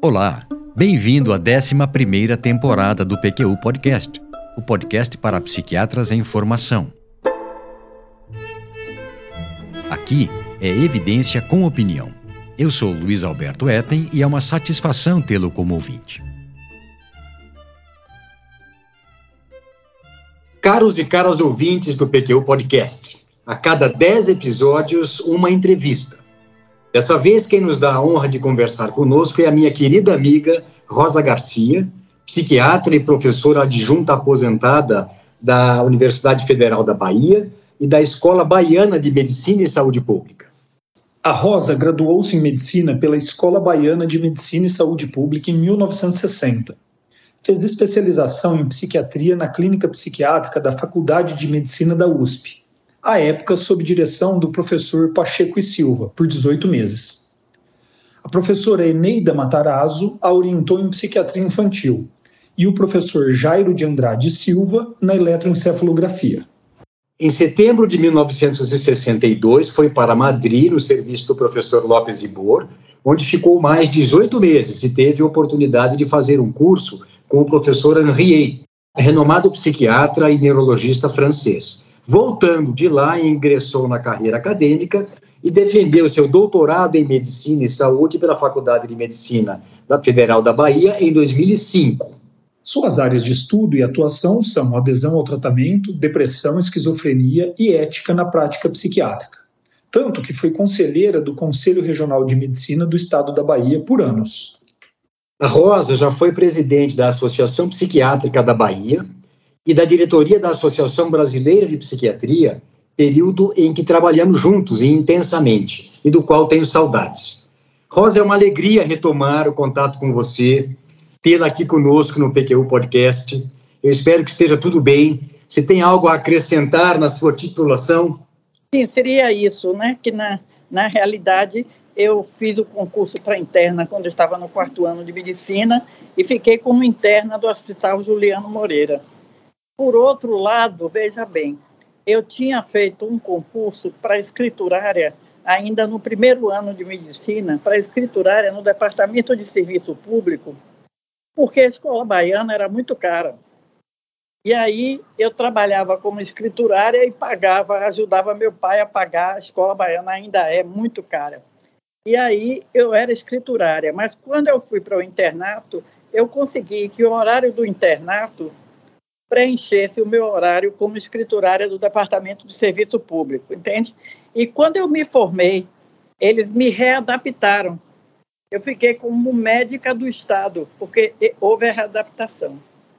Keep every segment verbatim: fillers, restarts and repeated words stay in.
Olá, bem-vindo à décima primeira temporada do P Q U Podcast, o podcast para psiquiatras em formação. Aqui é evidência com opinião. Eu sou Luiz Alberto Etten e é uma satisfação tê-lo como ouvinte. Caros e caras ouvintes do P Q U Podcast, a cada dez episódios, uma entrevista. Dessa vez, quem nos dá a honra de conversar conosco é a minha querida amiga Rosa Garcia, psiquiatra e professora adjunta aposentada da Universidade Federal da Bahia e da Escola Baiana de Medicina e Saúde Pública. A Rosa graduou-se em Medicina pela Escola Baiana de Medicina e Saúde Pública em mil novecentos e sessenta. Fez especialização em psiquiatria na Clínica Psiquiátrica da Faculdade de Medicina da U S P, à época sob direção do professor Pacheco e Silva, por dezoito meses. A professora Eneida Matarazzo a orientou em psiquiatria infantil e o professor Jairo de Andrade Silva na eletroencefalografia. Em setembro de mil novecentos e sessenta e dois, foi para Madrid, no serviço do professor Lopes Ibor, onde ficou mais dezoito meses e teve a oportunidade de fazer um curso com o professor Henriet, renomado psiquiatra e neurologista francês. Voltando de lá, ingressou na carreira acadêmica e defendeu seu doutorado em Medicina e Saúde pela Faculdade de Medicina da Federal da Bahia em dois mil e cinco. Suas áreas de estudo e atuação são adesão ao tratamento, depressão, esquizofrenia e ética na prática psiquiátrica. Tanto que foi conselheira do Conselho Regional de Medicina do Estado da Bahia por anos. A Rosa já foi presidente da Associação Psiquiátrica da Bahia e da diretoria da Associação Brasileira de Psiquiatria, período em que trabalhamos juntos e intensamente, e do qual tenho saudades. Rosa, é uma alegria retomar o contato com você, tê-la aqui conosco no P Q U Podcast. Eu espero que esteja tudo bem. Se tem algo a acrescentar na sua titulação? Sim, seria isso, né? Que na, na realidade eu fiz o concurso para interna quando eu estava no quarto ano de medicina e fiquei como interna do Hospital Juliano Moreira. Por outro lado, veja bem, eu tinha feito um concurso para escriturária ainda no primeiro ano de medicina, para escriturária no Departamento de Serviço Público, porque a escola baiana era muito cara. E aí eu trabalhava como escriturária e pagava, ajudava meu pai a pagar, a escola baiana ainda é muito cara. E aí eu era escriturária, mas quando eu fui para o internato, eu consegui que o horário do internato preenchesse o meu horário como escriturária do Departamento de Serviço Público, entende? E quando eu me formei, eles me readaptaram. Eu fiquei como médica do Estado, porque houve a readaptação.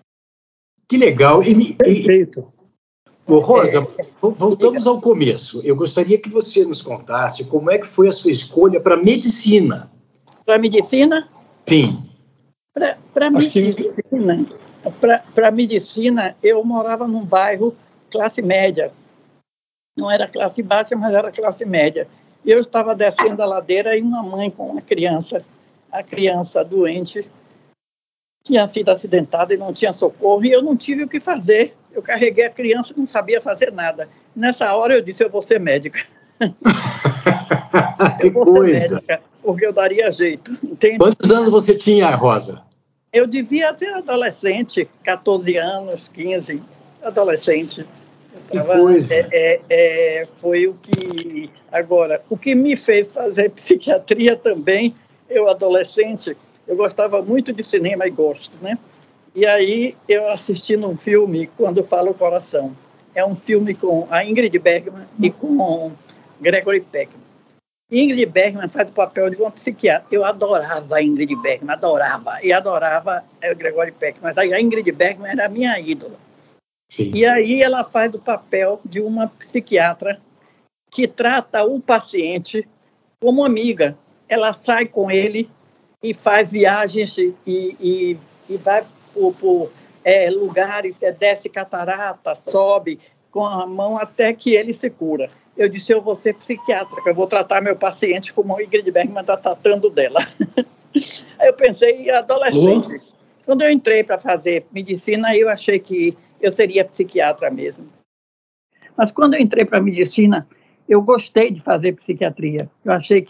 Que legal. E, me, Perfeito. e, Rosa, é, voltamos ao começo. Eu gostaria que você nos contasse como é que foi a sua escolha para medicina. Para medicina? Sim. Para medicina... Que... Para medicina, eu morava num bairro classe média. Não era classe baixa, mas era classe média. E eu estava descendo a ladeira e uma mãe com uma criança, a criança doente, tinha sido acidentada e não tinha socorro, e eu não tive o que fazer. Eu carreguei a criança e não sabia fazer nada. Nessa hora eu disse, eu vou ser médica. Que eu vou coisa! Ser médica, porque eu daria jeito. Entende? Quantos anos você tinha, Rosa? Eu devia ser adolescente, catorze anos, quinze, adolescente. Que coisa! É, é, é, foi o que... Agora, o que me fez fazer psiquiatria também, eu adolescente, eu gostava muito de cinema e gosto, né? E aí eu assisti num filme, Quando Fala o Coração. É um filme com a Ingrid Bergman e com Gregory Peck. Ingrid Bergman faz o papel de uma psiquiatra. Eu adorava a Ingrid Bergman, adorava. E adorava o Gregory Peck. Mas a Ingrid Bergman era a minha ídola. Sim. E aí ela faz o papel de uma psiquiatra que trata o paciente como amiga. Ela sai com ele e faz viagens e, e, e vai por, por é, lugares, desce catarata, sobe com a mão até que ele se cura. Eu disse, eu vou ser psiquiatra, eu vou tratar meu paciente como a Ingrid Bergman está tratando dela. Aí eu pensei, adolescente. Uhum. Quando eu entrei para fazer medicina, eu achei que eu seria psiquiatra mesmo. Mas quando eu entrei para medicina, eu gostei de fazer psiquiatria. Eu achei que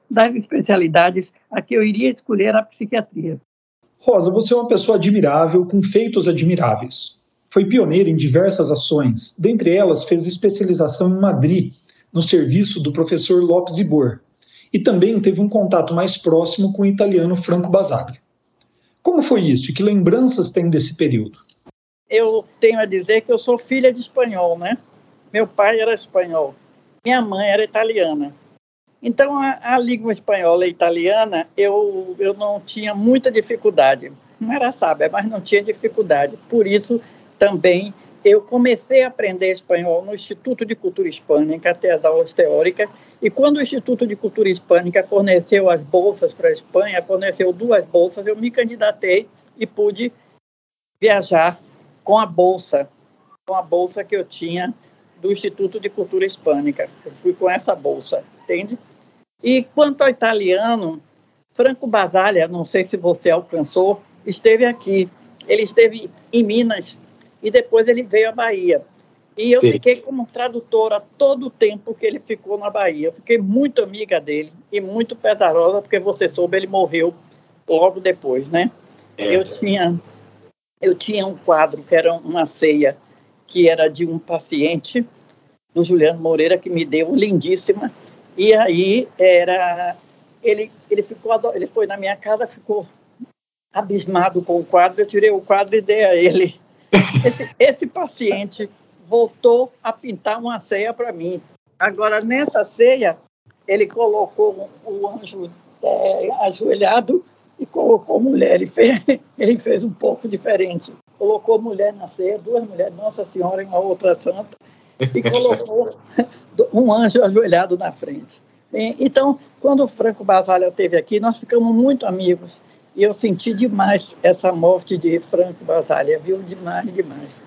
das especialidades, a que eu iria escolher a psiquiatria. Rosa, você é uma pessoa admirável, com feitos admiráveis. Foi pioneira em diversas ações, dentre elas fez especialização em Madrid, no serviço do professor Lopes Ibor, e também teve um contato mais próximo com o italiano Franco Basaglia. Como foi isso e que lembranças tem desse período? Eu tenho a dizer que eu sou filha de espanhol, né? Meu pai era espanhol, minha mãe era italiana. Então, a, a língua espanhola e italiana, eu, eu não tinha muita dificuldade. Não era sábia, mas não tinha dificuldade. Por isso, também, eu comecei a aprender espanhol no Instituto de Cultura Hispânica, até as aulas teóricas. E quando o Instituto de Cultura Hispânica forneceu as bolsas para a Espanha, forneceu duas bolsas, eu me candidatei e pude viajar com a bolsa, com a bolsa que eu tinha do Instituto de Cultura Hispânica. Eu fui com essa bolsa, entende? E quanto ao italiano, Franco Basaglia, não sei se você alcançou, esteve aqui. Ele esteve em Minas e depois ele veio à Bahia. E eu Sim. fiquei como tradutora todo o tempo que ele ficou na Bahia. Eu fiquei muito amiga dele e muito pesarosa, porque você soube, ele morreu logo depois, né? É. Eu tinha, eu tinha um quadro que era uma ceia, que era de um paciente, do Juliano Moreira, que me deu, lindíssima. E aí, era, ele, ele, ficou, ele foi na minha casa, ficou abismado com o quadro, eu tirei o quadro e dei a ele. Esse, esse paciente voltou a pintar uma ceia para mim. Agora, nessa ceia, ele colocou o anjo é, ajoelhado e colocou mulher. Ele fez, ele fez um pouco diferente. Colocou mulher na ceia, duas mulheres, Nossa Senhora e uma outra santa, e colocou um anjo ajoelhado na frente. Então, quando o Franco Basaglia esteve aqui, nós ficamos muito amigos. E eu senti demais essa morte de Franco Basaglia, viu? Demais, demais.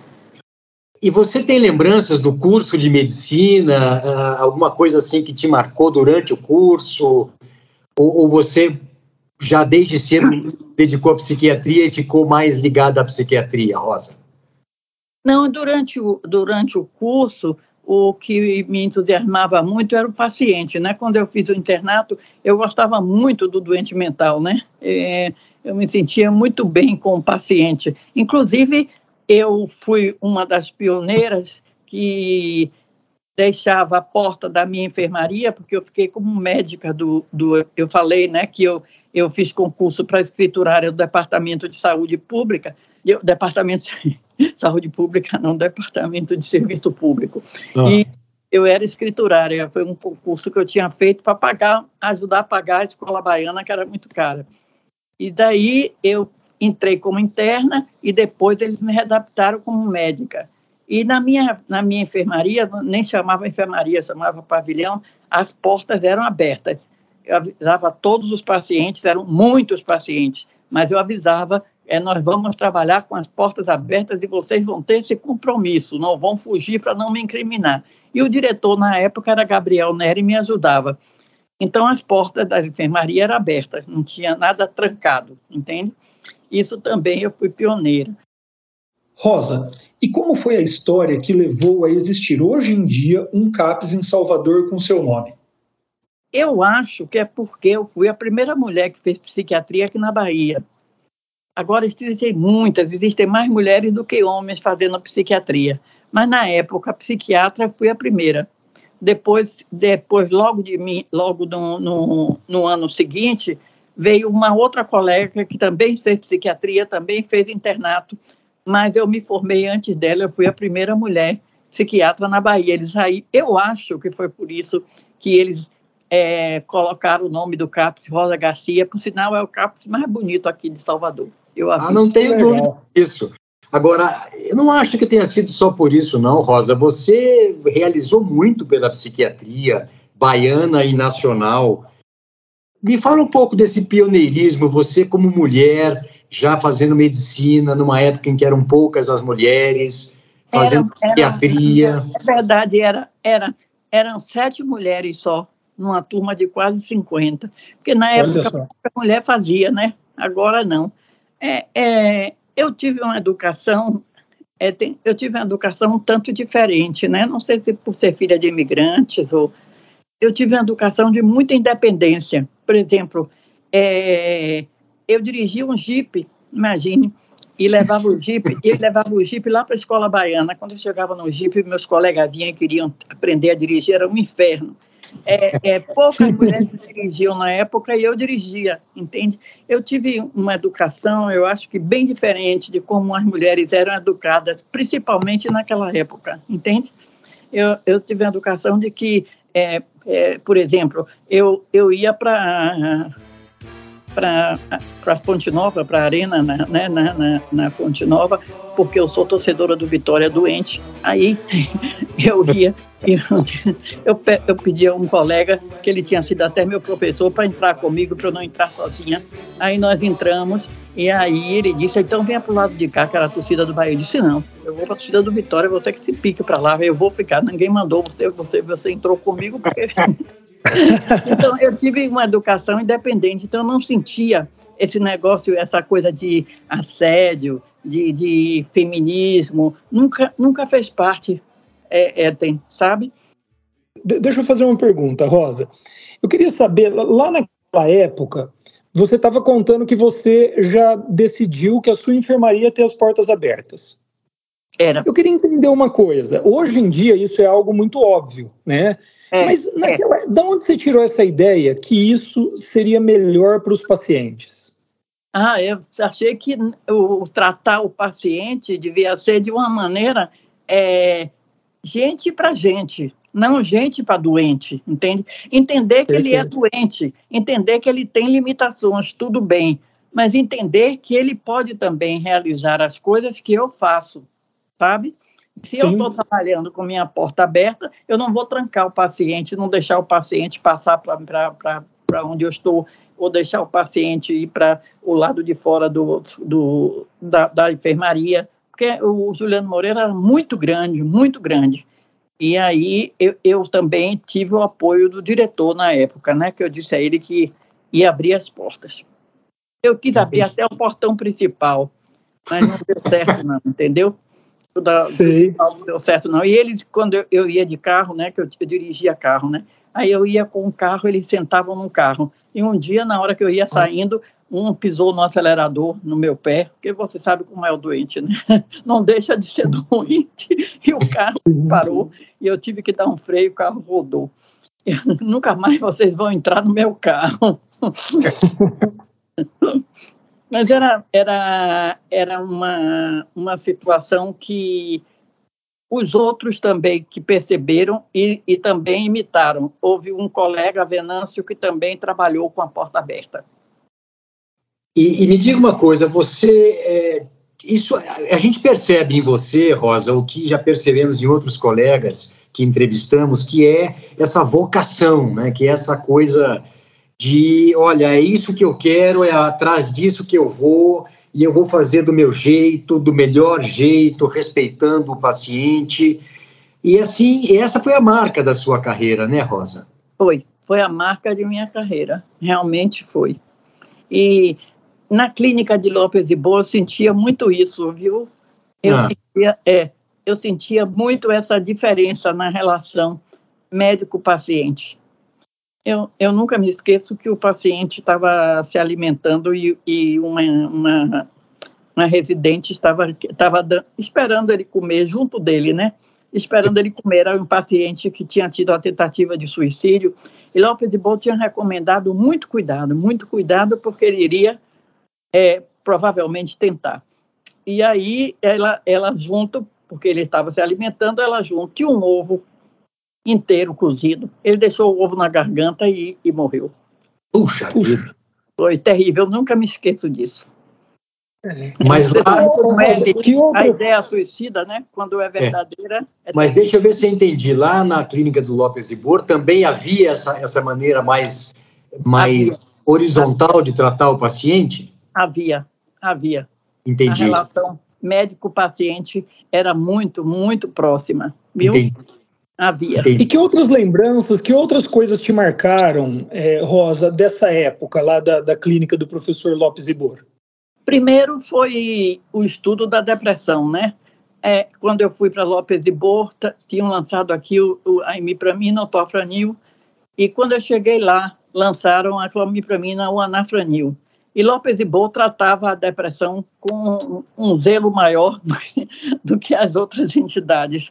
E você tem lembranças do curso de medicina, alguma coisa assim que te marcou durante o curso? Ou, ou você já desde cedo dedicou à psiquiatria e ficou mais ligada à psiquiatria, Rosa? Não, durante o, durante o curso, o que me entusiasmava muito era o paciente, né? Quando eu fiz o internato, eu gostava muito do doente mental, né? É, eu me sentia muito bem com o paciente. Inclusive, eu fui uma das pioneiras que deixava a porta da minha enfermaria, porque eu fiquei como médica do... do eu falei, né, que eu, eu fiz concurso para escriturária do Departamento de Saúde Pública, eu, Departamento de Saúde Pública, não, Departamento de Serviço Público. Ah. E eu era escriturária, foi um concurso que eu tinha feito para pagar, ajudar a pagar a escola baiana, que era muito cara. E daí eu entrei como interna e depois eles me readaptaram como médica. E na minha, na minha enfermaria, nem chamava enfermaria, chamava pavilhão, as portas eram abertas. Eu avisava todos os pacientes, eram muitos pacientes, mas eu avisava, é, nós vamos trabalhar com as portas abertas e vocês vão ter esse compromisso, não vão fugir para não me incriminar. E o diretor, na época, era Gabriel Neri e me ajudava. Então, as portas da enfermaria eram abertas, não tinha nada trancado, entende? Isso também eu fui pioneira. Rosa, e como foi a história que levou a existir hoje em dia um CAPS em Salvador com seu nome? Eu acho que é porque eu fui a primeira mulher que fez psiquiatria aqui na Bahia. Agora existem muitas, existem mais mulheres do que homens fazendo psiquiatria. Mas na época, a psiquiatra fui a primeira. Depois, depois logo, de mim, logo no, no, no ano seguinte, veio uma outra colega que também fez psiquiatria, também fez internato, mas eu me formei antes dela, eu fui a primeira mulher psiquiatra na Bahia. Eles aí, eu acho que foi por isso que eles é, colocaram o nome do CAPS Rosa Garcia, por sinal é o CAPS mais bonito aqui de Salvador. Eu ah, não tenho dúvida disso. Agora, eu não acho que tenha sido só por isso, não, Rosa. Você realizou muito pela psiquiatria baiana e nacional. Me fala um pouco desse pioneirismo, você como mulher, já fazendo medicina, numa época em que eram poucas as mulheres, fazendo era, psiquiatria. Era, é verdade, era, era, eram sete mulheres só, numa turma de quase cinquenta. Porque na época a mulher fazia, né? Agora não. É, é, eu tive uma educação, é, tem, eu tive uma educação um tanto diferente, né? Não sei se por ser filha de imigrantes ou... Eu tive uma educação de muita independência. Por exemplo, é, eu dirigia um jipe, imagine, e levava o jipe, e levava o jipe lá para a escola baiana. Quando eu chegava no jipe, meus colegas vinham e queriam aprender a dirigir, era um inferno. É, é, poucas mulheres dirigiam na época e eu dirigia, entende? Eu tive uma educação, eu acho que bem diferente de como as mulheres eram educadas, principalmente naquela época, entende? Eu, eu tive uma educação de que, é, é, por exemplo, eu, eu ia para para a Fonte Nova, para a Arena, na, né, na, na, na Fonte Nova, porque eu sou torcedora do Vitória doente. Aí eu ia, eu, eu, eu pedi a um colega, que ele tinha sido até meu professor, para entrar comigo, para eu não entrar sozinha. Aí nós entramos, e aí ele disse, então venha para o lado de cá, que era a torcida do Bahia. Eu disse, não, eu vou para a torcida do Vitória, você que se pique para lá, eu vou ficar, ninguém mandou, você, você, você entrou comigo, porque... Então, eu tive uma educação independente, então eu não sentia esse negócio, essa coisa de assédio, de, de feminismo, nunca, nunca fez parte, é, é, tem, sabe? De- deixa eu fazer uma pergunta, Rosa. Eu queria saber, lá naquela época, você estava contando que você já decidiu que a sua enfermaria ia ter as portas abertas. Era. Eu queria entender uma coisa. Hoje em dia isso é algo muito óbvio, né? É, Mas naquela, é. de onde você tirou essa ideia que isso seria melhor para os pacientes? Ah, eu achei que o tratar o paciente devia ser de uma maneira é, gente para gente, não gente para doente, entende? Entender que ele é doente, entender que ele tem limitações, tudo bem, mas entender que ele pode também realizar as coisas que eu faço, sabe? Se Sim. eu estou trabalhando com minha porta aberta, eu não vou trancar o paciente, não deixar o paciente passar para onde eu estou, ou deixar o paciente ir para o lado de fora do, do, da, da enfermaria, porque o Juliano Moreira era muito grande, muito grande. E aí eu, eu também tive o apoio do diretor na época, né, que eu disse a ele que ia abrir as portas. Eu quis abrir até o portão principal, mas não deu certo não, entendeu? Da, não deu certo não. E eles, quando eu, eu ia de carro, né, que eu, eu dirigia carro, né, aí eu ia com o carro, eles sentavam no carro. E um dia, na hora que eu ia saindo, um pisou no acelerador no meu pé, porque você sabe como é o doente, né? Não deixa de ser doente. E o carro parou, e eu tive que dar um freio, o carro rodou. Eu, nunca mais vocês vão entrar no meu carro. Mas era, era, era uma, uma situação que os outros também que perceberam e, e também imitaram. Houve um colega, Venâncio, que também trabalhou com a porta aberta. E, e me diga uma coisa, você, é, isso, a gente percebe em você, Rosa, o que já percebemos em outros colegas que entrevistamos, que é essa vocação, né, que é essa coisa... de, olha, é isso que eu quero, é atrás disso que eu vou, e eu vou fazer do meu jeito, do melhor jeito, respeitando o paciente. E assim, essa foi a marca da sua carreira, né, Rosa? Foi, foi a marca de minha carreira, realmente foi. E na clínica de Lopes de Boa eu sentia muito isso, viu? Eu, ah. sentia, é, eu sentia muito essa diferença na relação médico-paciente. Eu, eu nunca me esqueço que o paciente estava se alimentando e, e uma, uma, uma residente estava, estava dando, esperando ele comer junto dele, né? Esperando ele comer. Era um paciente que tinha tido a tentativa de suicídio. E Lopes de Boa tinha recomendado muito cuidado, muito cuidado, porque ele iria é, provavelmente tentar. E aí, ela, ela junto, porque ele estava se alimentando, ela junto, tinha um ovo inteiro cozido, ele deixou o ovo na garganta e, e morreu. Puxa, Puxa. Foi terrível, eu nunca me esqueço disso. É. Mas lá, a ideia suicida, né, quando é verdadeira... É. É Mas deixa eu ver se eu entendi, lá na clínica do Lopes de Boa também havia essa, essa maneira mais, mais havia. horizontal havia. de tratar o paciente? Havia, havia. Entendi. A relação médico-paciente era muito, muito próxima, viu? Entendi. Havia. E que outras lembranças, que outras coisas te marcaram, é, Rosa, dessa época lá da, da clínica do professor Lopes de Boa? Primeiro foi o estudo da depressão, né? É, quando eu fui para Lopes de Boa, tinham lançado aqui o, o, a imipramina, o tofranil, E quando eu cheguei lá, lançaram a clomipramina, o anafranil. E Lopes Ibohl tratava a depressão com um zelo maior do que, do que as outras entidades.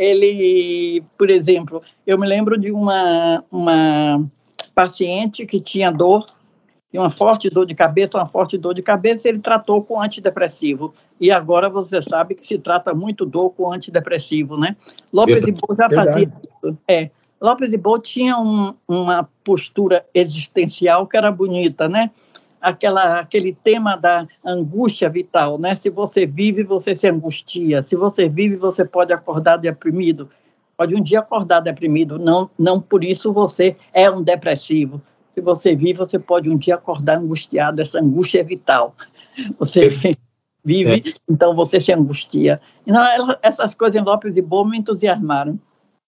Ele, por exemplo, eu me lembro de uma, uma paciente que tinha dor, uma forte dor de cabeça, uma forte dor de cabeça, ele tratou com antidepressivo. E agora você sabe que se trata muito dor com antidepressivo, né? Lopes Ibohl já fazia isso. É, Lopes Ibohl tinha um, uma postura existencial que era bonita, né? Aquela, aquele tema da angústia vital, né? Se você vive, você se angustia. Se você vive, você pode acordar deprimido. Pode um dia acordar deprimido, não, não por isso você é um depressivo. Se você vive, você pode um dia acordar angustiado. Essa angústia é vital. Você vive, é. Então você se angustia. Então, essas coisas em Lopes Ibohl me entusiasmaram.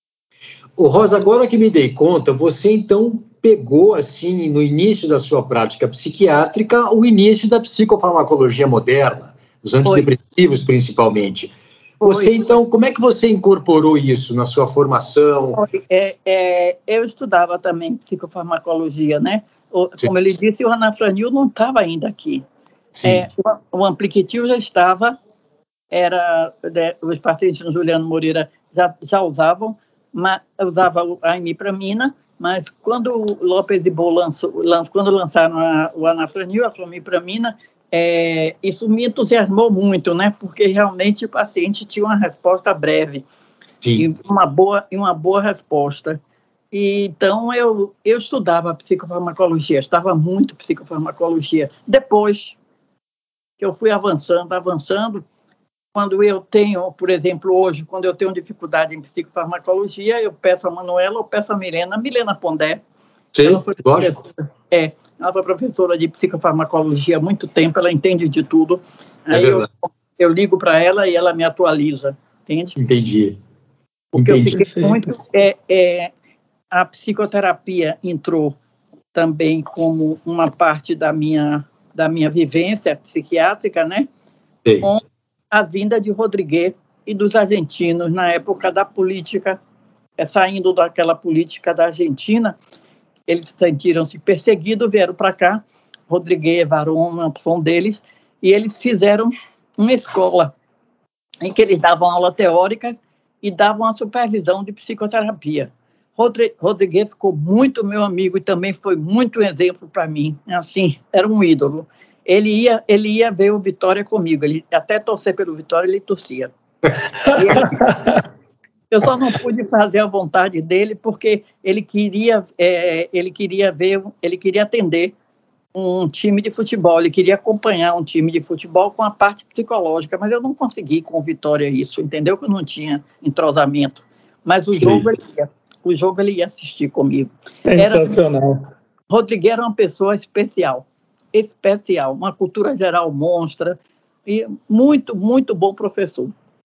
Ô, Rosa, agora que me dei conta, você então pegou, assim, no início da sua prática psiquiátrica, o início da psicofarmacologia moderna, os antidepressivos, Foi. principalmente. Foi. Você, então, como é que você incorporou isso na sua formação? É, é, eu estudava também psicofarmacologia, né? O, como ele disse, o anafranil não estava ainda aqui. É, o, o Ampliquetil já estava, era, né, os pacientes no Juliano Moreira já, já usavam, mas usava a imipramina, mas quando o Lopes Ibohl lançou, lançou, quando lançaram a, o anafranil, a clomipramina, é, isso me entusiasmou muito, né? Porque realmente o paciente tinha uma resposta breve. Sim. E uma boa, e uma boa resposta. E, então, eu, eu estudava psicofarmacologia, estava muito psicofarmacologia. Depois que eu fui avançando, avançando, quando eu tenho, por exemplo, hoje, quando eu tenho dificuldade em psicofarmacologia, eu peço a Manuela ou peço a Milena, Milena Pondé. Sim, ela foi professora, é, ela foi professora de psicofarmacologia há muito tempo, ela entende de tudo. É Aí eu, eu ligo para ela e ela me atualiza, entende? Entendi. Porque Entendi. eu fiquei muito... É, é, a psicoterapia entrou também como uma parte da minha, da minha vivência psiquiátrica, né? Sim. Com a vinda de Rodrigues e dos argentinos na época da política, é, saindo daquela política da Argentina, eles sentiram-se perseguidos, vieram para cá, Rodrigues, Varón, uma opção deles, e eles fizeram uma escola em que eles davam aula teórica e davam a supervisão de psicoterapia. Rodrigues ficou muito meu amigo e também foi muito um exemplo para mim, assim, era um ídolo. Ele ia, ele ia ver o Vitória comigo, ele até torcer pelo Vitória, ele torcia. Ele, eu só não pude fazer a vontade dele porque ele queria, é, ele queria ver, ele queria atender um time de futebol, ele queria acompanhar um time de futebol com a parte psicológica, mas eu não consegui com o Vitória isso, entendeu? Que eu não tinha entrosamento. Mas o Sim. jogo ele ia, o jogo ele ia assistir comigo. Sensacional. Era, Rodrigues era uma pessoa especial. especial, uma cultura geral monstra, e muito, muito bom professor.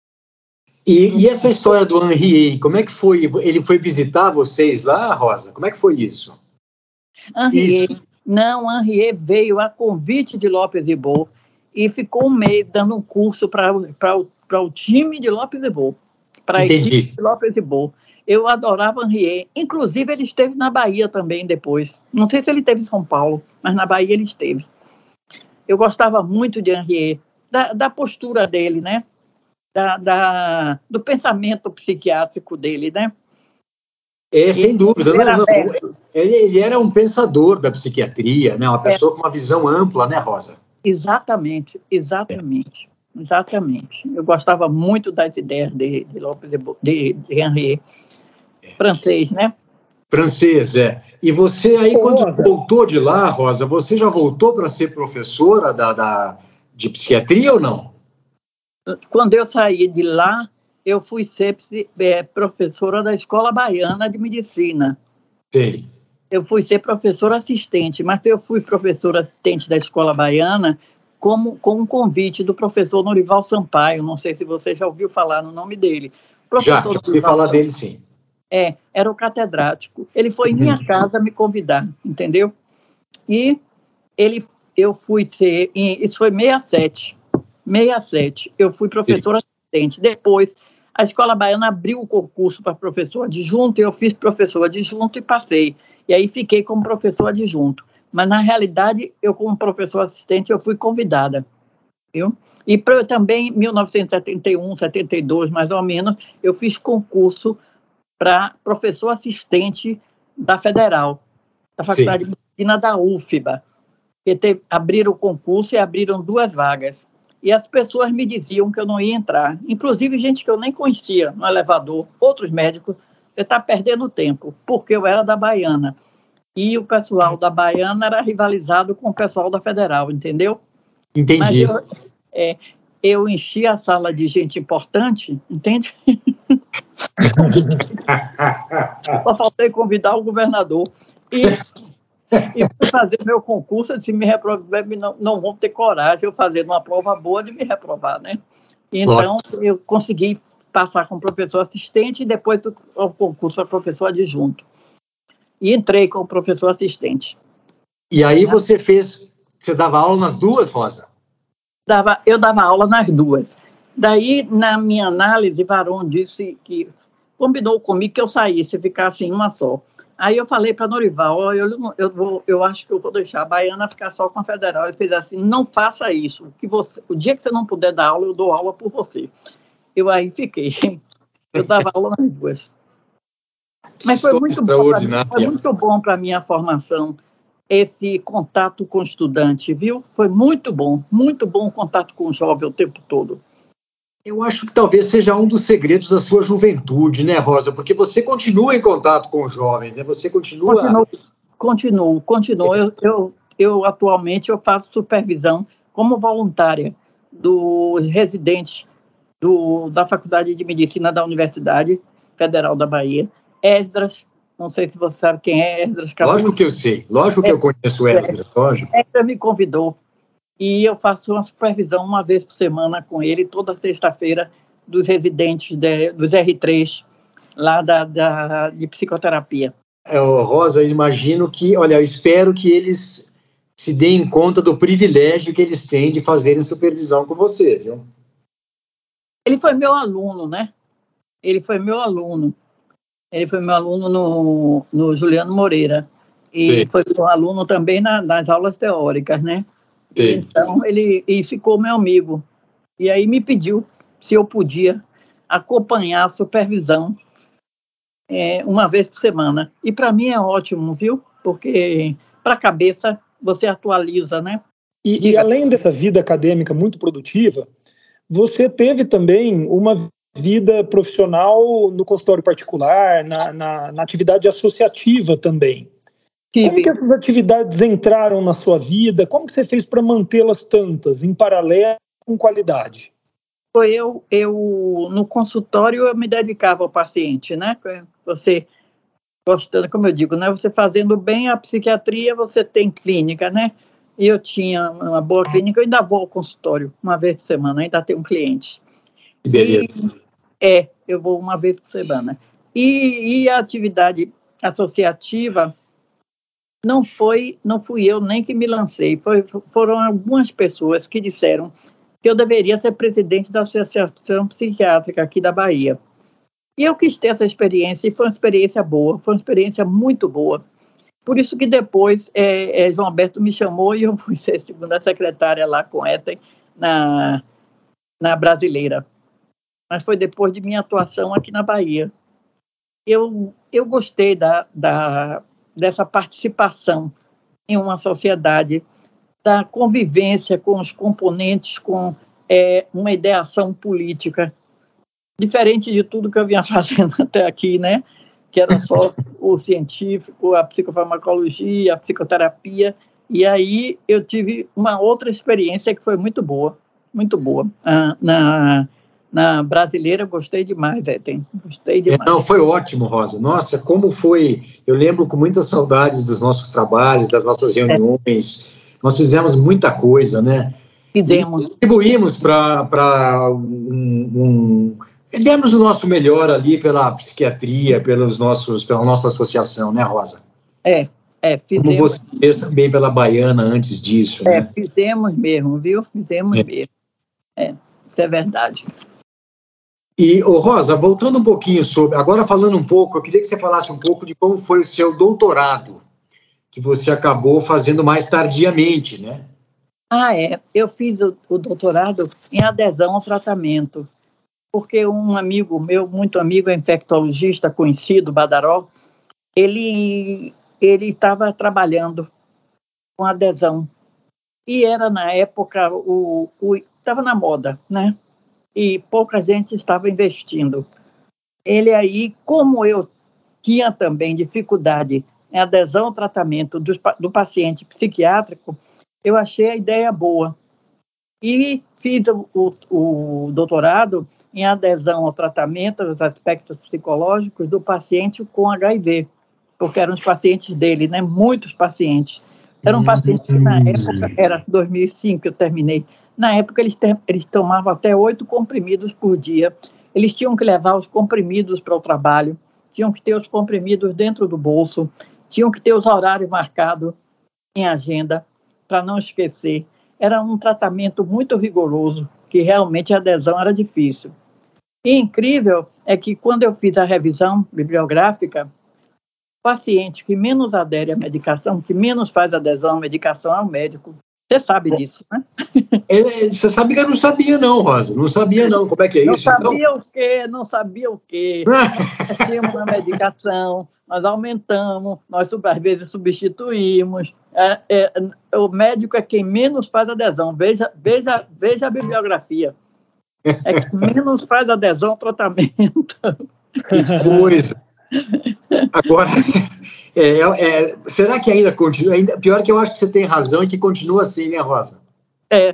E, e essa história do Henriet, como é que foi? Ele foi visitar vocês lá, Rosa? Como é que foi isso? Henriet, isso. Não, Henriet veio a convite de Lopes Ibohl e ficou um mês dando um curso para o time de Lopes Ibohl, para a equipe de Lopes Ibohl. Eu adorava Henriet, inclusive ele esteve na Bahia também depois. Não sei se ele esteve em São Paulo, mas na Bahia ele esteve. Eu gostava muito de Henriet, da, da postura dele, né? Da, da, do pensamento psiquiátrico dele, né? É, sem ele dúvida. Não, não, ele, ele era um pensador da psiquiatria, né? Uma pessoa é. com uma visão ampla, né, Rosa? Exatamente, exatamente. É. Exatamente. Eu gostava muito das ideias de, de Lopes de, de Henriet. Francês, né? Francês, é. E você aí, Ô, quando Rosa. voltou de lá, Rosa, você já voltou para ser professora da, da, de psiquiatria ou não? Quando eu saí de lá, eu fui ser é, professora da Escola Baiana de Medicina. Sim. Eu fui ser professora assistente, mas eu fui professora assistente da Escola Baiana como, com um convite do professor Norival Sampaio. Não sei se você já ouviu falar no nome dele. Professor já, já ouvi falar Sampaio. dele, sim. É, era o catedrático. Ele foi em minha uhum. casa me convidar, entendeu? E ele, eu fui ser, isso foi sessenta e sete, sessenta e sete, eu fui professora Sim. assistente. Depois, a Escola Baiana abriu o concurso para professor adjunto e eu fiz professor adjunto e passei. E aí fiquei como professor adjunto. Mas, na realidade, eu, como professor assistente, eu fui convidada, viu? E pra, também, em mil novecentos e setenta e um, setenta e dois, mais ou menos, eu fiz concurso para professor assistente da Federal, da Faculdade Sim. de Medicina da U F B A. Que teve, abriram o concurso e abriram duas vagas. E as pessoas me diziam que eu não ia entrar. Inclusive, gente que eu nem conhecia no elevador, outros médicos, você está perdendo tempo, porque eu era da Baiana. E o pessoal da Baiana era rivalizado com o pessoal da Federal, entendeu? Entendi. Mas eu, é, eu enchi a sala de gente importante, entende? Só faltei convidar o governador. E, e fui fazer meu concurso, se me reprovar, não, não vão ter coragem eu fazer uma prova boa de me reprovar, né? Então, Ótimo. eu consegui passar como professor assistente e depois o concurso para professor adjunto. E entrei como professor assistente. E aí você fez, você dava aula nas duas, Rosa? Dava, eu dava aula nas duas. Daí, na minha análise, Varon disse que combinou comigo que eu saísse, ficasse em uma só. Aí eu falei para Norival, oh, eu, eu, vou, eu acho que eu vou deixar a Baiana ficar só com a Federal. Ele fez assim, não faça isso. Que você, o dia que você não puder dar aula, eu dou aula por você. Eu aí fiquei. Eu dava aula nas duas. Mas foi muito, bom mim, foi muito bom para a minha formação, esse contato com o estudante, viu? Foi muito bom, muito bom o contato com o jovem o tempo todo. Eu acho que talvez seja um dos segredos da sua juventude, né, Rosa? Porque você continua em contato com os jovens, né? Você continua... Continuo, continuo. continuo. Eu, eu, eu, atualmente, eu faço supervisão como voluntária dos residentes do, da Faculdade de Medicina da Universidade Federal da Bahia, Esdras, não sei se você sabe quem é Esdras Capuz. Lógico que eu sei, lógico que é, eu conheço Esdras, lógico. Esdras me convidou e eu faço uma supervisão uma vez por semana com ele, toda sexta-feira, dos residentes de, dos R três, lá da, da, de psicoterapia. É, Rosa, eu imagino que, olha, eu espero que eles se deem conta do privilégio que eles têm de fazerem supervisão com você, viu? Ele foi meu aluno, né? Ele foi meu aluno. Ele foi meu aluno no, no Juliano Moreira. E Sim. foi meu aluno também na, nas aulas teóricas, né? Sim. Então, ele e ficou meu amigo. E aí me pediu se eu podia acompanhar a supervisão é, uma vez por semana. E para mim é ótimo, viu? Porque para a cabeça você atualiza, né? E, e além dessa vida acadêmica muito produtiva, você teve também uma vida profissional no consultório particular, na, na, na atividade associativa também. Tive. Como que essas atividades entraram na sua vida? Como que você fez para mantê-las tantas, em paralelo, com qualidade? Foi eu, eu, no consultório, eu me dedicava ao paciente, né? Você, gostando, como eu digo, né? Você fazendo bem a psiquiatria, você tem clínica, né? E eu tinha uma boa clínica, eu ainda vou ao consultório uma vez por semana, ainda tenho um cliente. Que beleza. E, é, eu vou uma vez por semana. E, e a atividade associativa não foi, não fui eu nem que me lancei, foi, foram algumas pessoas que disseram que eu deveria ser presidente da Associação Psiquiátrica aqui da Bahia. E eu quis ter essa experiência, e foi uma experiência boa, foi uma experiência muito boa. Por isso que depois é, é, João Alberto me chamou e eu fui ser segunda secretária lá com Eten na, na Brasileira. Mas foi depois de minha atuação aqui na Bahia. Eu, eu gostei da, da, dessa participação em uma sociedade, da convivência com os componentes, com é, uma ideação política, diferente de tudo que eu vinha fazendo até aqui, né? Que era só o científico, a psicofarmacologia, a psicoterapia, e aí eu tive uma outra experiência que foi muito boa, muito boa. Ah, na, na Brasileira eu gostei demais, Eten, gostei demais. Não, foi ótimo, Rosa. Nossa, como foi, eu lembro com muitas saudades dos nossos trabalhos, das nossas reuniões, é. Nós fizemos muita coisa, né? Fizemos. E contribuímos para um... um demos o nosso melhor ali pela psiquiatria, pelos nossos, pela nossa associação, né, Rosa? É, é, fizemos. Como você fez também pela Baiana antes disso, É, né? fizemos mesmo, viu? Fizemos é. mesmo. É, isso é verdade. E, ô Rosa, voltando um pouquinho sobre... Agora falando um pouco, eu queria que você falasse um pouco de como foi o seu doutorado, que você acabou fazendo mais tardiamente, né? Ah, é. Eu fiz o, o doutorado em adesão ao tratamento, porque um amigo meu, muito amigo, é infectologista conhecido, Badaró, ele ele estava trabalhando com adesão. E era, na época, o estava na moda, né? E pouca gente estava investindo. Ele aí, como eu tinha também dificuldade em adesão ao tratamento do, do paciente psiquiátrico, eu achei a ideia boa. E fiz o, o doutorado em adesão ao tratamento, aos aspectos psicológicos do paciente com H I V, porque eram os pacientes dele, né? Muitos pacientes. Eram pacientes que, na época, era dois mil e cinco que eu terminei, na época eles, ter, eles tomavam até oito comprimidos por dia, eles tinham que levar os comprimidos para o trabalho, tinham que ter os comprimidos dentro do bolso, tinham que ter os horários marcados em agenda, para não esquecer. Era um tratamento muito rigoroso, que realmente a adesão era difícil. E incrível é que, quando eu fiz a revisão bibliográfica, o paciente que menos adere à medicação, que menos faz adesão à medicação é o médico. Você sabe disso, né? É, você sabe que eu não sabia não, Rosa. Não sabia não. Como é que é não isso? Não sabia então? o quê? Não sabia o quê. Nós tínhamos a medicação, nós aumentamos, nós às vezes substituímos. É, é, o médico é quem menos faz adesão. Veja, veja, veja a bibliografia. É quem menos faz adesão ao tratamento. Que coisa. Agora, é, é, será que ainda continua? Ainda, pior que eu acho que você tem razão e que continua assim, né, Rosa? É.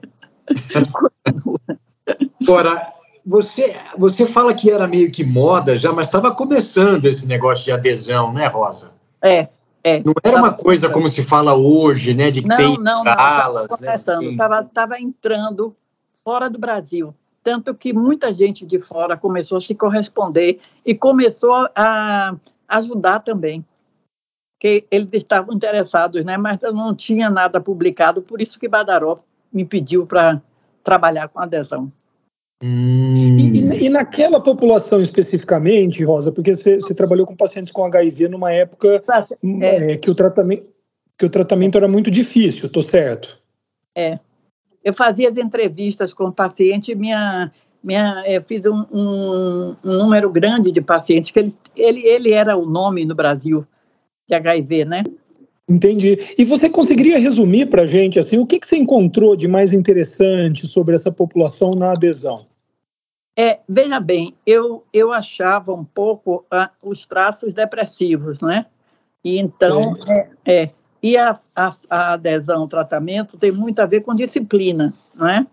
Agora, você, você fala que era meio que moda já, mas estava começando esse negócio de adesão, né, Rosa? É, é. Não era uma coisa como se fala hoje, né, de que não, tem não, salas. Não, estava né, tava, tava entrando fora do Brasil. Tanto que muita gente de fora começou a se corresponder e começou a ajudar também. Que eles estavam interessados, né? Mas eu não tinha nada publicado, por isso que Badaró me pediu para trabalhar com adesão. Hum. E, e, e naquela população especificamente, Rosa, porque você, você trabalhou com pacientes com H I V numa época é. É, que, o tratamento, que o tratamento era muito difícil, estou certo? É. Eu fazia as entrevistas com o paciente, minha, minha, eu fiz um, um, um número grande de pacientes, que ele, ele, ele era o nome no Brasil de H I V, né? Entendi. E você conseguiria resumir para a gente, assim, o que, que você encontrou de mais interessante sobre essa população na adesão? É, veja bem, eu, eu achava um pouco ah, os traços depressivos, né? E então, é, é, e a, a, a adesão ao tratamento tem muito a ver com disciplina, não é?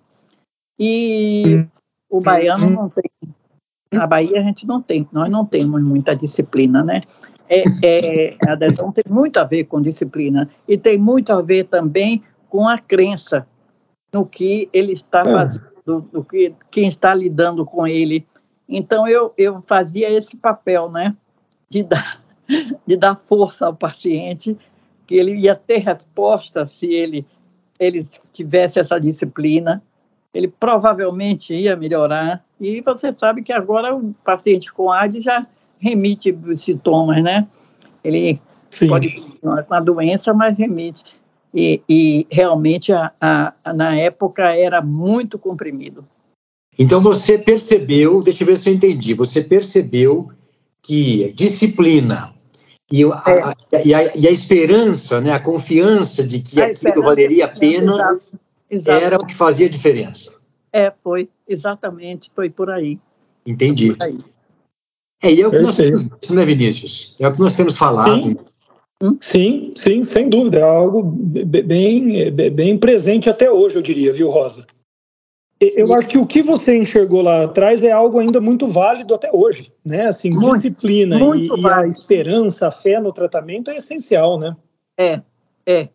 E hum. o baiano hum. não tem. Na Bahia a gente não tem, nós não temos muita disciplina, né? É, é, a adesão tem muito a ver com disciplina e tem muito a ver também com a crença no que ele está fazendo, do, do que quem está lidando com ele. Então eu, eu fazia esse papel, né, de dar, de dar força ao paciente, que ele ia ter resposta se ele, ele tivesse essa disciplina, ele provavelmente ia melhorar. E você sabe que agora o paciente com AIDS já remite os sintomas, né? Ele Sim. pode continuar com a doença, mas remite. E, e realmente, a, a, a, na época, era muito comprimido. Então, você percebeu, deixa eu ver se eu entendi, você percebeu que disciplina e, é. a, e, a, e a esperança, né, a confiança de que a aquilo valeria a pena, exato, exato. Era o que fazia diferença. É, foi, exatamente, foi por aí. Entendi. Foi por aí. É, e é o que nós temos, né, Vinícius? É o que nós temos falado. Sim, sim, sim, sem dúvida. É algo bem, bem presente até hoje, eu diria, viu, Rosa? Eu acho que o que você enxergou lá atrás é algo ainda muito válido até hoje, né? Assim, muito, disciplina muito e, e a esperança, a fé no tratamento é essencial, né? É, é.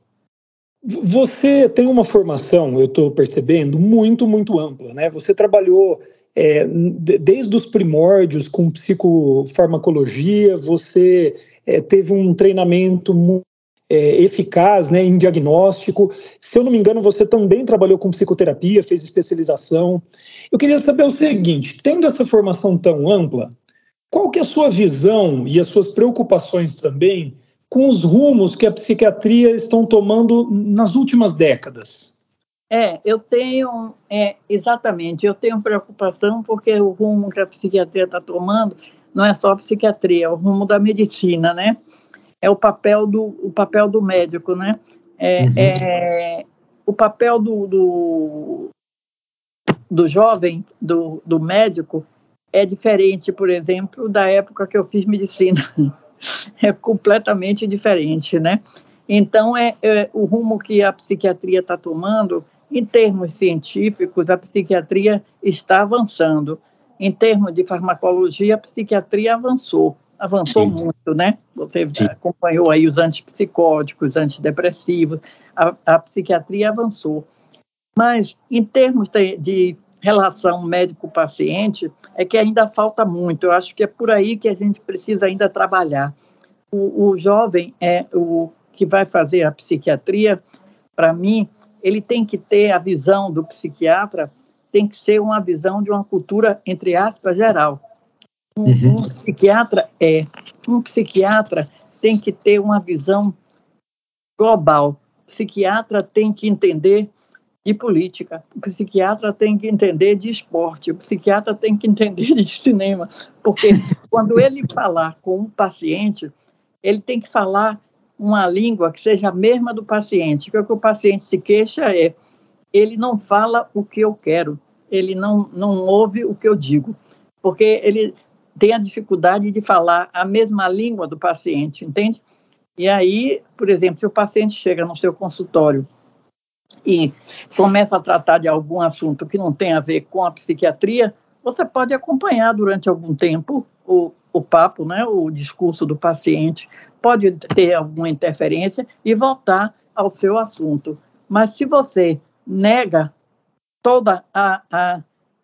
Você tem uma formação, eu estou percebendo, muito, muito ampla, né? Você trabalhou é, desde os primórdios com psicofarmacologia, você é, teve um treinamento é, eficaz, né, em diagnóstico. Se eu não me engano, você também trabalhou com psicoterapia, fez especialização. Eu queria saber o seguinte, tendo essa formação tão ampla, qual que é a sua visão e as suas preocupações também com os rumos que a psiquiatria estão tomando nas últimas décadas? É, eu tenho, é, exatamente, eu tenho preocupação porque o rumo que a psiquiatria está tomando não é só a psiquiatria, é o rumo da medicina, né? É o papel do, o papel do médico, né? É, uhum. é, o papel do, do, do jovem, do, do médico, é diferente, por exemplo, da época que eu fiz medicina. É completamente diferente, né? Então, é, é o rumo que a psiquiatria está tomando, em termos científicos, a psiquiatria está avançando. Em termos de farmacologia, a psiquiatria avançou. Avançou Sim. muito, né? Você Sim. acompanhou aí os antipsicóticos, antidepressivos, a, a psiquiatria avançou. Mas, em termos de, de relação médico-paciente, é que ainda falta muito. Eu acho que é por aí que a gente precisa ainda trabalhar. O, o jovem, é o que vai fazer a psiquiatria, para mim, ele tem que ter a visão do psiquiatra, tem que ser uma visão de uma cultura, entre aspas, geral. Um, uhum. um psiquiatra é, um psiquiatra tem que ter uma visão global. O psiquiatra tem que entender de política, o psiquiatra tem que entender de esporte, o psiquiatra tem que entender de cinema, porque quando ele falar com um paciente, ele tem que falar uma língua que seja a mesma do paciente, porque o que o paciente se queixa é, ele não fala o que eu quero, ele não, não ouve o que eu digo, porque ele tem a dificuldade de falar a mesma língua do paciente, entende? E aí, por exemplo, se o paciente chega no seu consultório e começa a tratar de algum assunto que não tem a ver com a psiquiatria, você pode acompanhar durante algum tempo o, o papo, né, o discurso do paciente, pode ter alguma interferência e voltar ao seu assunto. Mas se você nega toda a, a,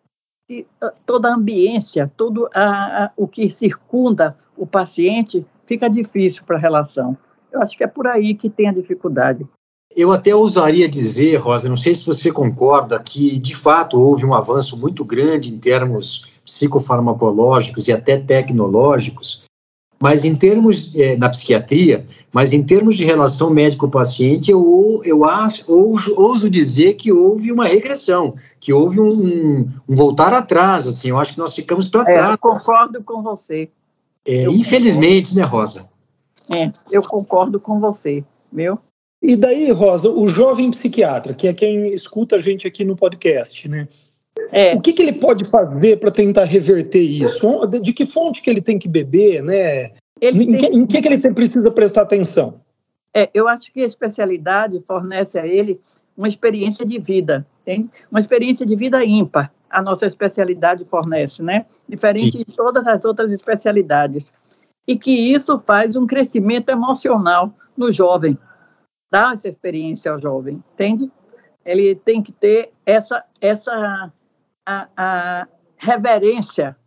toda a ambiência, todo a, a, o que circunda o paciente, fica difícil para a relação. Eu acho que é por aí que tem a dificuldade. Eu até ousaria dizer, Rosa, não sei se você concorda, que de fato houve um avanço muito grande em termos psicofarmacológicos e até tecnológicos, mas em termos, é, na psiquiatria, mas em termos de relação médico-paciente, eu, eu acho, ouso, ouso dizer que houve uma regressão, que houve um, um, um voltar atrás, assim, eu acho que nós ficamos para trás. É, eu concordo com você. É, infelizmente, concordo. Né, Rosa? É, eu concordo com você, viu? E daí, Rosa, o jovem psiquiatra, que é quem escuta a gente aqui no podcast, né? É. O que, que ele pode fazer para tentar reverter isso? De que fonte que ele tem que beber, né? Ele em, tem... que, em que, que ele tem, precisa prestar atenção? É, eu acho que a especialidade fornece a ele uma experiência de vida, tem? Uma experiência de vida ímpar. A nossa especialidade fornece, né? Diferente Sim. de todas as outras especialidades. E que isso faz um crescimento emocional no jovem. Dá essa experiência ao jovem, entende? Ele tem que ter essa, essa a, a reverência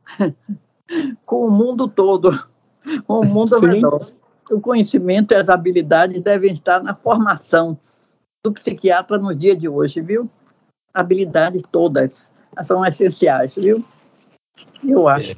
com o mundo todo, com o mundo ao redor. O conhecimento e as habilidades devem estar na formação do psiquiatra no dia de hoje, viu? Habilidades todas são essenciais, viu? Eu acho.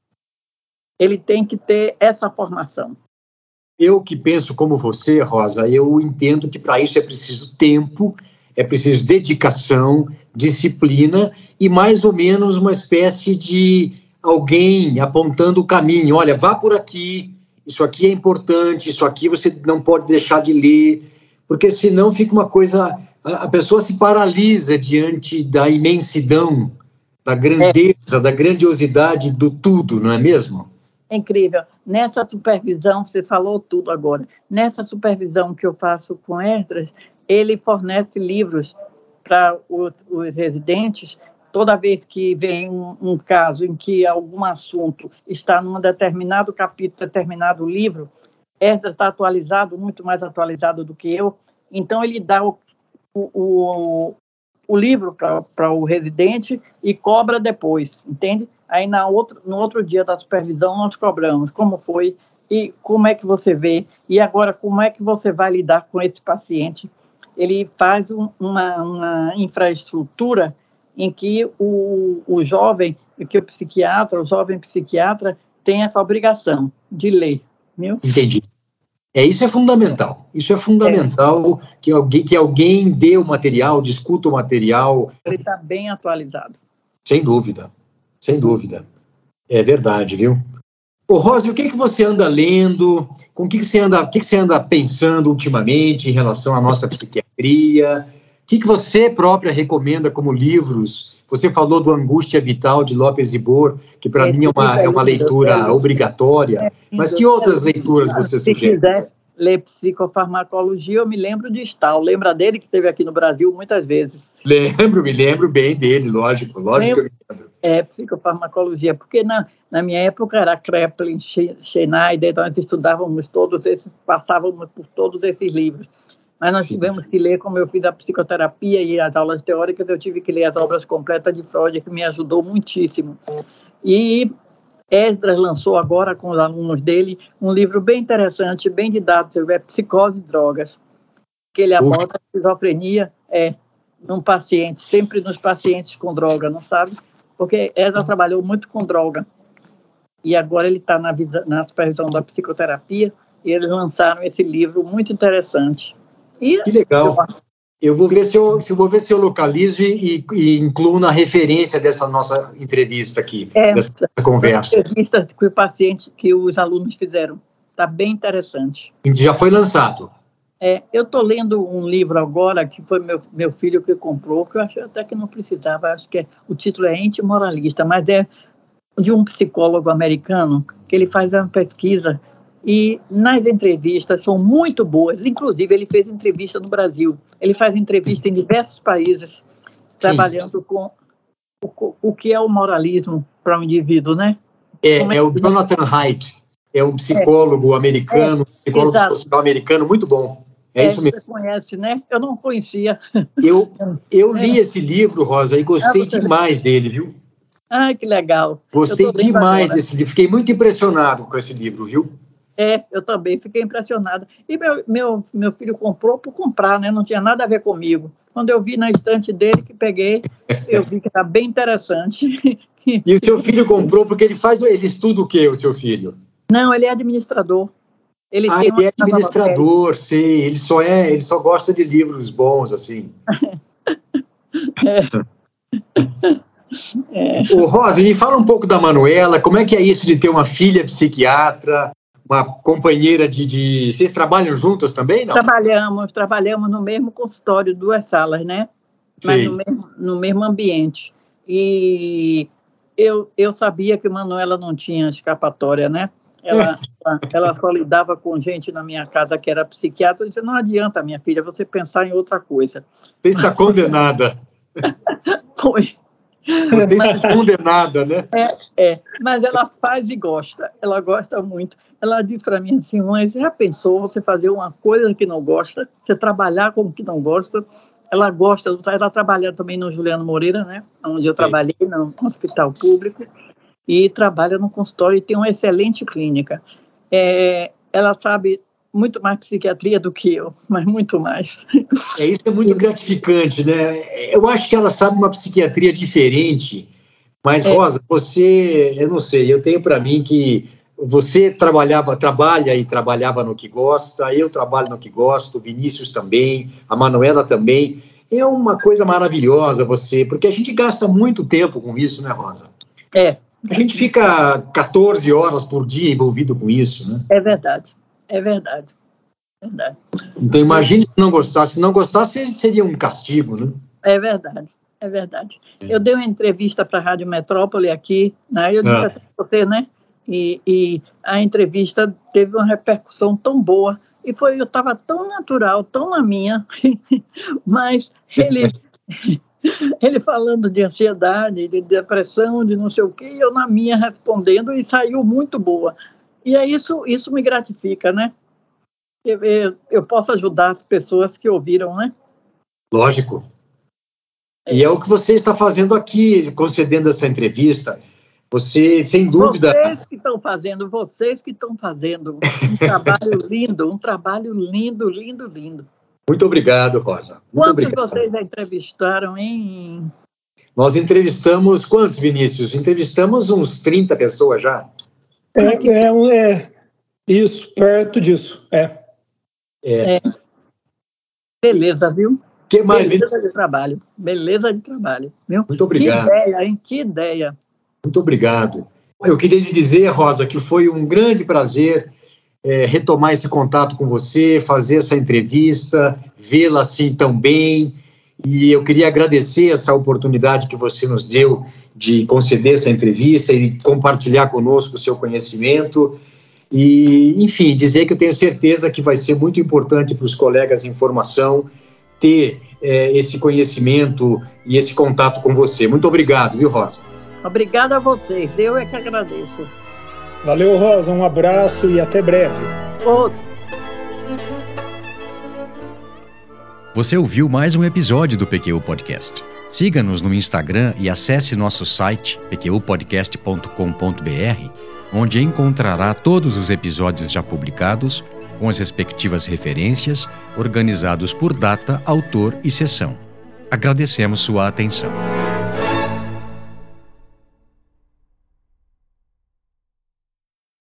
Ele tem que ter essa formação. Eu que penso como você, Rosa, eu entendo que para isso é preciso tempo, é preciso dedicação, disciplina e mais ou menos uma espécie de alguém apontando o caminho. Olha, vá por aqui, isso aqui é importante, isso aqui você não pode deixar de ler, porque senão fica uma coisa... A pessoa se paralisa diante da imensidão, da grandeza, é. da grandiosidade do tudo, não é mesmo? É incrível. Nessa supervisão, você falou tudo agora, nessa supervisão que eu faço com Esdras, ele fornece livros para os, os residentes. Toda vez que vem um, um caso em que algum assunto está num determinado capítulo, determinado livro, Esdras está atualizado, muito mais atualizado do que eu, então ele dá o, o, o, o livro para o residente e cobra depois, entende? Aí na outro, no outro dia da supervisão nós cobramos como foi E como é que você vê? E agora, como é que você vai lidar com esse paciente? Ele faz um, uma, uma infraestrutura em que o, o jovem, que o psiquiatra, o jovem psiquiatra, tem essa obrigação de ler. Viu? Entendi. É, isso é fundamental. Isso é fundamental é. Que, alguém, que alguém dê o material, discuta o material. Ele está bem atualizado. Sem dúvida, sem dúvida. É verdade, viu? Ô, Rosa, o que, que você anda lendo? Com o que, que, você anda, o que, que você anda pensando ultimamente em relação à nossa psiquiatria? O que, que você própria recomenda como livros? Você falou do Angústia Vital, de Lopes Ibor, que para mim é uma, é uma leitura obrigatória. Mas que outras leituras você sugere? Se quiser ler psicofarmacologia, eu me lembro de Stahl. Lembra dele, que esteve aqui no Brasil muitas vezes? Lembro, me lembro bem dele, lógico. lógico lembro, que eu me lembro. É, psicofarmacologia, porque na, na minha época era Kraepelin, Schneider, então nós estudávamos todos esses, passávamos por todos esses livros. Mas nós Sim. tivemos que ler, como eu fiz a psicoterapia e as aulas teóricas, eu tive que ler as obras completas de Freud, que me ajudou muitíssimo. E Esdras lançou agora, com os alunos dele, um livro bem interessante, bem didático, é Psicose e Drogas, que ele aborda a esquizofrenia é, num paciente, sempre nos pacientes com droga, não sabe? Porque Esdras trabalhou muito com droga. E agora ele está na, na supervisão da psicoterapia, e eles lançaram esse livro muito interessante. E que legal. Eu, eu vou ver se eu, se eu vou ver se eu localizo e, e incluo na referência dessa nossa entrevista aqui, é, dessa conversa. Entrevista que o paciente, que os alunos fizeram. Está bem interessante. E já foi lançado. É, eu estou lendo um livro agora, que foi meu, meu filho que comprou, que eu achei até que não precisava, acho que é, o título é Antimoralista, mas é de um psicólogo americano, que ele faz uma pesquisa. E nas entrevistas são muito boas, inclusive ele fez entrevista no Brasil, ele faz entrevista em diversos países, Sim. trabalhando com o, o que é o moralismo para o indivíduo, né? É, é, é o Jonathan Haidt, é um psicólogo é, americano, é, psicólogo exato. social americano, muito bom. É, é isso mesmo. Você conhece, né? Eu não conhecia. Eu, eu li é. esse livro, Rosa, e gostei ah, demais dele, viu? Ah, que legal. Gostei demais agora. desse livro, fiquei muito impressionado com esse livro, viu? É, eu também fiquei impressionada. E meu, meu, meu filho comprou por comprar, né? Não tinha nada a ver comigo. Quando eu vi na estante dele que peguei, eu vi que está bem interessante. E o seu filho comprou porque ele faz, ele estuda o quê, o seu filho? Não, ele é administrador. Ele ah, ele é administrador, sei. Ele só é, ele só gosta de livros bons, assim. É. É. Ô, Rosa, me fala um pouco da Manuela, como é que é isso de ter uma filha psiquiatra, uma companheira de, de... Vocês trabalham juntas também, não? Trabalhamos, trabalhamos no mesmo consultório, duas salas, né? Mas no mesmo, no mesmo ambiente. E eu, eu sabia que Manuela não tinha escapatória, né? Ela, ela, ela só lidava com gente na minha casa que era psiquiatra. Eu disse, não adianta, minha filha, você pensar em outra coisa. Você está condenada. Foi. Você está condenada, né? É, é, mas ela faz e gosta, ela gosta muito. Ela disse para mim assim, mãe, você já pensou você fazer uma coisa que não gosta, você trabalhar com o que não gosta? Ela gosta, ela trabalha também no Juliano Moreira, né? Onde eu trabalhei, no hospital público, e trabalha no consultório e tem uma excelente clínica. É, ela sabe muito mais psiquiatria do que eu, mas muito mais. É, isso é muito gratificante, né? Eu acho que ela sabe uma psiquiatria diferente, mas, é. Rosa, você, eu não sei, eu tenho para mim que você trabalhava, trabalha e trabalhava no que gosta, eu trabalho no que gosto, o Vinícius também, a Manuela também. É uma coisa maravilhosa você, porque a gente gasta muito tempo com isso, né, Rosa? É. A gente fica quatorze horas por dia envolvido com isso, né? É verdade. É verdade, verdade. Então, imagine se não gostasse. Se não gostasse, seria um castigo, né? É verdade, é verdade. É. Eu dei uma entrevista para a Rádio Metrópole aqui, né? Eu disse ah. até para você, né? E, e a entrevista teve uma repercussão tão boa. E foi, eu estava tão natural, tão na minha, mas ele... ele falando de ansiedade, de depressão, de não sei o quê, e eu na minha respondendo, e saiu muito boa. E é isso, isso me gratifica, né? Eu, eu, eu posso ajudar as pessoas que ouviram, né? Lógico. E é o que você está fazendo aqui, concedendo essa entrevista. Você, sem dúvida... Vocês que estão fazendo, vocês que estão fazendo um trabalho lindo, um trabalho lindo, lindo, lindo. Muito obrigado, Rosa. Muito Quantos obrigado. vocês já entrevistaram, hein? Nós entrevistamos, quantos, Vinícius? Entrevistamos uns trinta pessoas já. É, é, é isso, perto disso, é. É. é. Beleza, viu? Que mais, Beleza Vinícius? de trabalho, beleza de trabalho, viu? Muito obrigado. Que ideia, hein? Que ideia. Muito obrigado. Eu queria lhe dizer, Rosa, que foi um grande prazer é, retomar esse contato com você, fazer essa entrevista, vê-la assim tão bem, e eu queria agradecer essa oportunidade que você nos deu de conceder essa entrevista e compartilhar conosco o seu conhecimento, e, enfim, dizer que eu tenho certeza que vai ser muito importante para os colegas em formação ter é, esse conhecimento e esse contato com você. Muito obrigado, viu, Rosa? Obrigada a vocês, eu é que agradeço. Valeu, Rosa, um abraço e até breve. Outro. Você ouviu mais um episódio do P Q U Podcast. Siga-nos no Instagram e acesse nosso site p q u podcast ponto com ponto b r, onde encontrará todos os episódios já publicados, com as respectivas referências, organizados por data, autor e sessão. Agradecemos sua atenção.